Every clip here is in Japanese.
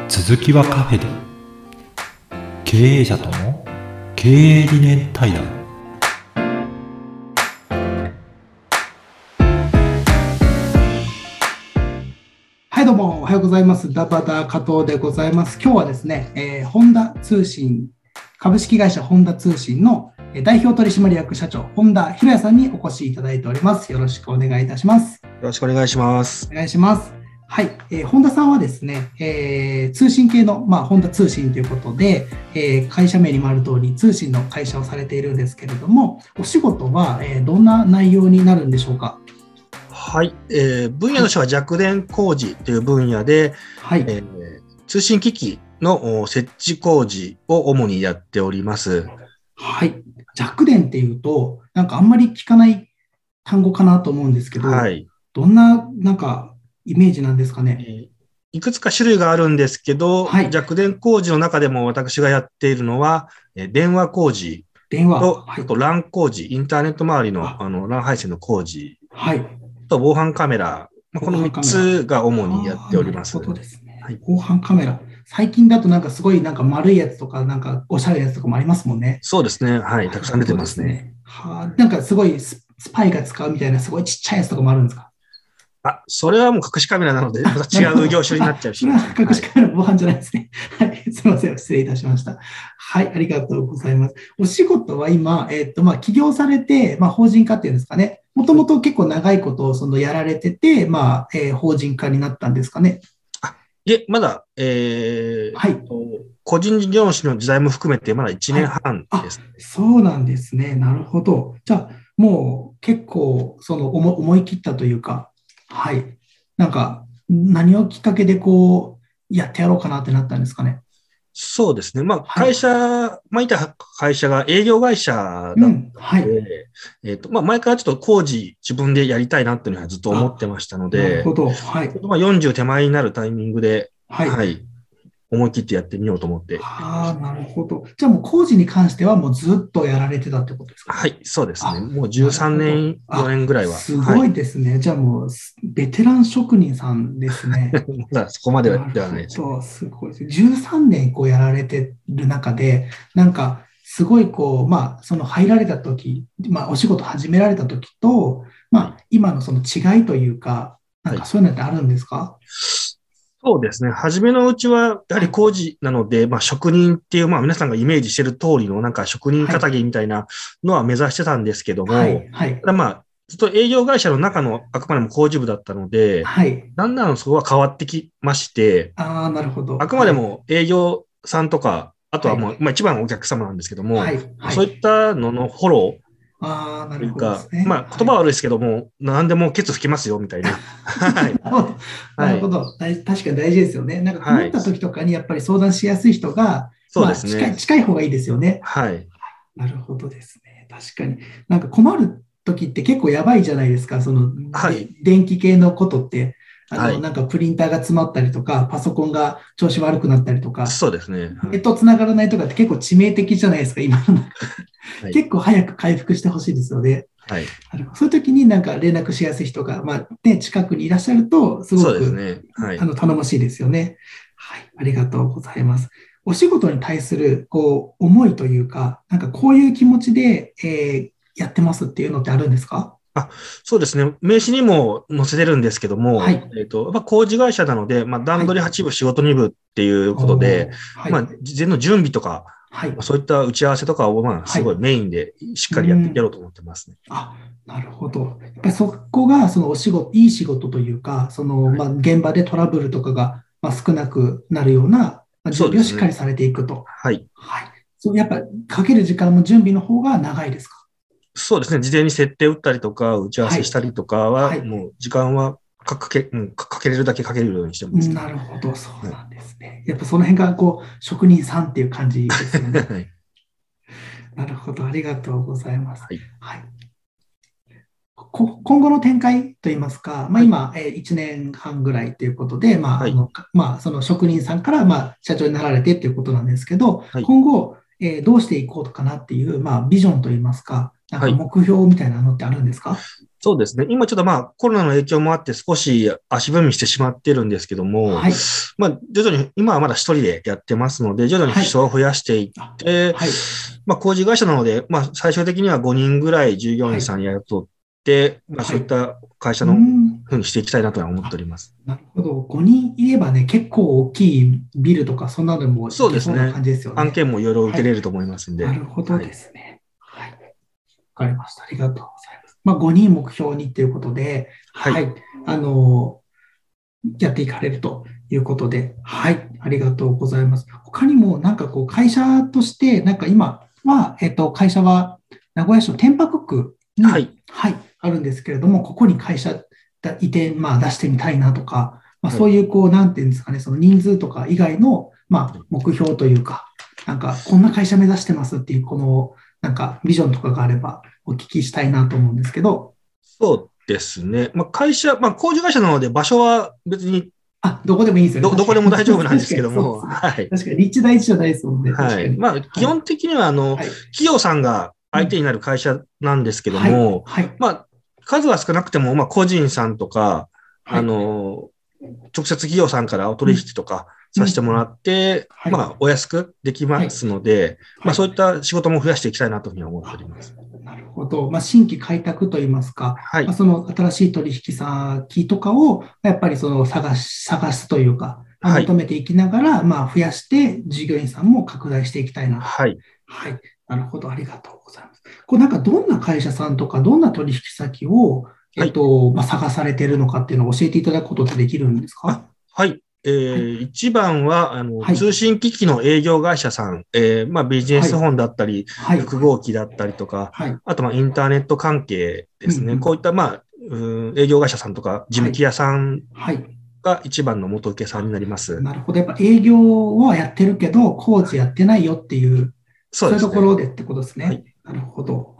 続きはカフェで。経営者との経営理念対談。 はい、どうもおはようございます。ダバダ加藤でございます。今日はですね、本田通信株式会社本田通信の代表取締役社長本田博也さんにお越しいただいております。よろしくお願いいたします。 よろしくお願いします。 お願いします。はい、本田さんはですね、通信系の、本田通信ということで、会社名にもある通り通信の会社をされているんですけれども、お仕事は、どんな内容になるんでしょうか？ はい、分野としては弱電工事という分野で、はい、通信機器の設置工事を主にやっております。 はい、弱電っていうとなんかあんまり聞かない単語かなと思うんですけど、はい、どんななんかイメージなんですかね？ いくつか種類があるんですけど、はい、弱電工事の中でも私がやっているのは、電話工事と、はい、あと LAN 工事、インターネット周りのLAN 配線の工事、はい、と防犯カメラ、この3つが主にやっております。 なるほどですね。はい、防犯カメラ。最近だとなんかすごいなんか丸いやつとかなんかおしゃれなやつとかもありますもんね。 そうですね。はい。たくさん出てますね。 なんかすごいスパイが使うみたいなすごいちっちゃいやつとかもあるんですか？ それはもう隠しカメラなので、また違う業種になっちゃうし。 隠しカメラ防犯じゃないですね。はい。すみません。失礼いたしました。はい。ありがとうございます。お仕事は今、起業されて、法人化っていうんですかね。もともと結構長いことをやられてて、法人化になったんですかね。 いえ、まだ、はい。個人事業主の時代も含めて、まだ1年半です、ね。 そうなんですね。なるほど。じゃあ、もう結構、思い切ったというか、はい。なんか、何をきっかけでやってやろうかなってなったんですかね。 そうですね。会社、いた会社が営業会社だったので、はい、前からちょっと工事自分でやりたいなっていうのはずっと思ってましたので、なるほど。はい。40手前になるタイミングで、はい。はい、思い切ってやってみようと思って。 なるほど。じゃあもう工事に関してはもうずっとやられてたってことですか？ はい、そうですね。もう13年、4年ぐらいは。 すごいですね。はい、じゃあもうベテラン職人さんですね。 まだそこまでではないです。 すごいです。13年やられてる中で、なんかすごいその入られた時、お仕事始められた時と、今のその違いというか、なんかそういうのってあるんですか？はい、 そうですね。初めのうちは、やはり工事なので、職人っていう、皆さんがイメージしている通りの、なんか職人かたぎみたいなのは目指してたんですけども、はいはい、ただずっと営業会社の中のあくまでも工事部だったので、はい、だんだんそこは変わってきまして、 なるほど。 あくまでも営業さんとか、あとはもう、一番のお客様なんですけども、はいはい、そういったののフォロー、 なるほどですね。 言葉は悪いですけども、何でもケツ吹きますよ、みたいな。 はい。なるほど。確かに大事ですよね。なんか困った時とかにやっぱり相談しやすい人が、 そうですね。 近い方がいいですよね。 はい。 なるほどですね。確かに。なんか困る時って結構やばいじゃないですか。はい、電気系のことって。はい、なんかプリンターが詰まったりとか、パソコンが調子悪くなったりとか、 そうですね。 ネット繋がらないとかって結構致命的じゃないですか、今の中で。はい、結構早く回復してほしいですよね。はい、そういう時になんか連絡しやすい人が、近くにいらっしゃると、すごく、そうですね。はい、頼もしいですよね。はい、ありがとうございます。お仕事に対する思いというか、なんかこういう気持ちで、やってますっていうのってあるんですか？ そうですね。名刺にも載せてるんですけども、はい、工事会社なので、段取り8部、仕事2部っていうことで、はい、事前の準備とか、はい、そういった打ち合わせとかを、すごいメインでしっかりやろうと思ってますね。 なるほど。やっぱりそこが、そのお仕事、いい仕事というか、現場でトラブルとかが、少なくなるような、準備をしっかりされていくと。はい。はい。やっぱ、かける時間も準備の方が長いですか？ そうですね。事前に設定打ったりとか、打ち合わせしたりとかは、もう時間はかけれるだけかけるようにしてます、ね。 なるほど、そうなんですね。やっぱその辺が職人さんっていう感じですよね。はい、なるほど、ありがとうございます。はい。はい、今後の展開といいますか、今、1年半ぐらいということで、その職人さんから社長になられてということなんですけど、今後、どうしていこうかなっていう、ビジョンといいますか、なんか目標みたいなのってあるんですか？ そうですね。今ちょっとコロナの影響もあって少し足踏みしてしまってるんですけども、はい、徐々に、今はまだ一人でやってますので、徐々に人を増やしていって、はい、工事会社なので、最終的には5人ぐらい従業員さん雇って、そういった会社のふうにしていきたいなとは思っております。 なるほど。5人いればね、結構大きいビルとか、そんなのもいけそうな感じですよね。 案件もいろいろ受けれると思いますんで。 なるほどですね。はい。わかりました。ありがとうございます。5人目標にということで、はい。やっていかれるということで、はい。ありがとうございます。他にも、会社として、今は、会社は名古屋市の天白区に、はい。あるんですけれども、ここに会社移転、出してみたいなとか、そういう、なんていうんですかね、その人数とか以外の、目標というか、こんな会社目指してますっていう、ビジョンとかがあればお聞きしたいなと思うんですけど。 そうですね。会社、工事会社なので場所は別に。 どこでもいいですよね。 どこでも大丈夫なんですけども。 はい。確かに、立地大事じゃないですもんね。 はい。基本的には、企業さんが相手になる会社なんですけども、数は少なくても、個人さんとか、直接企業さんからお取引とかさせてもらって、お安くできますので、そういった仕事も増やしていきたいなというふうに思っております。 なるほど。新規開拓といいますか、その新しい取引先とかを、やっぱり探すというか、求めていきながら、増やして、従業員さんも拡大していきたいなと。はい。なるほど。ありがとうございます。どんな会社さんとか、どんな取引先を、探されているのかっていうのを教えていただくことってできるんですか？ はい。一番は、通信機器の営業会社さん、ビジネス本だったり、複合機だったりとか、あと、インターネット関係ですね。こういった、営業会社さんとか、事務機屋さんが一番の元請けさんになります。 なるほど。やっぱ営業はやってるけど、工事やってないよっていう、そういうところでってことですね。なるほど。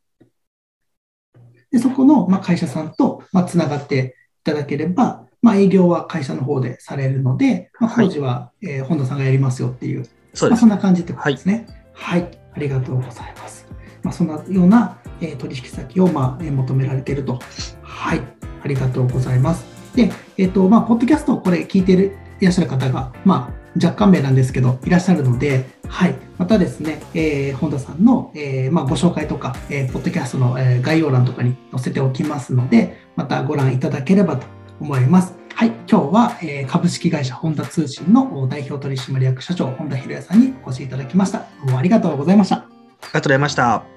で、そこの、会社さんと、つながっていただければ、営業は会社の方でされるので、工事は、本田さんがやりますよっていう、そんな感じってことですね。はい。ありがとうございます。そんなような、取引先を、求められていると。はい。ありがとうございます。で、ポッドキャストをこれ聞いていらっしゃる方が、若干名なんですけど、いらっしゃるので、はい。またですね、本田さんの、ご紹介とか、ポッドキャストの、概要欄とかに載せておきますので、またご覧いただければと思います。はい。今日は、株式会社本田通信の代表取締役社長、本田博也さんにお越しいただきました。どうもありがとうございました。ありがとうございました。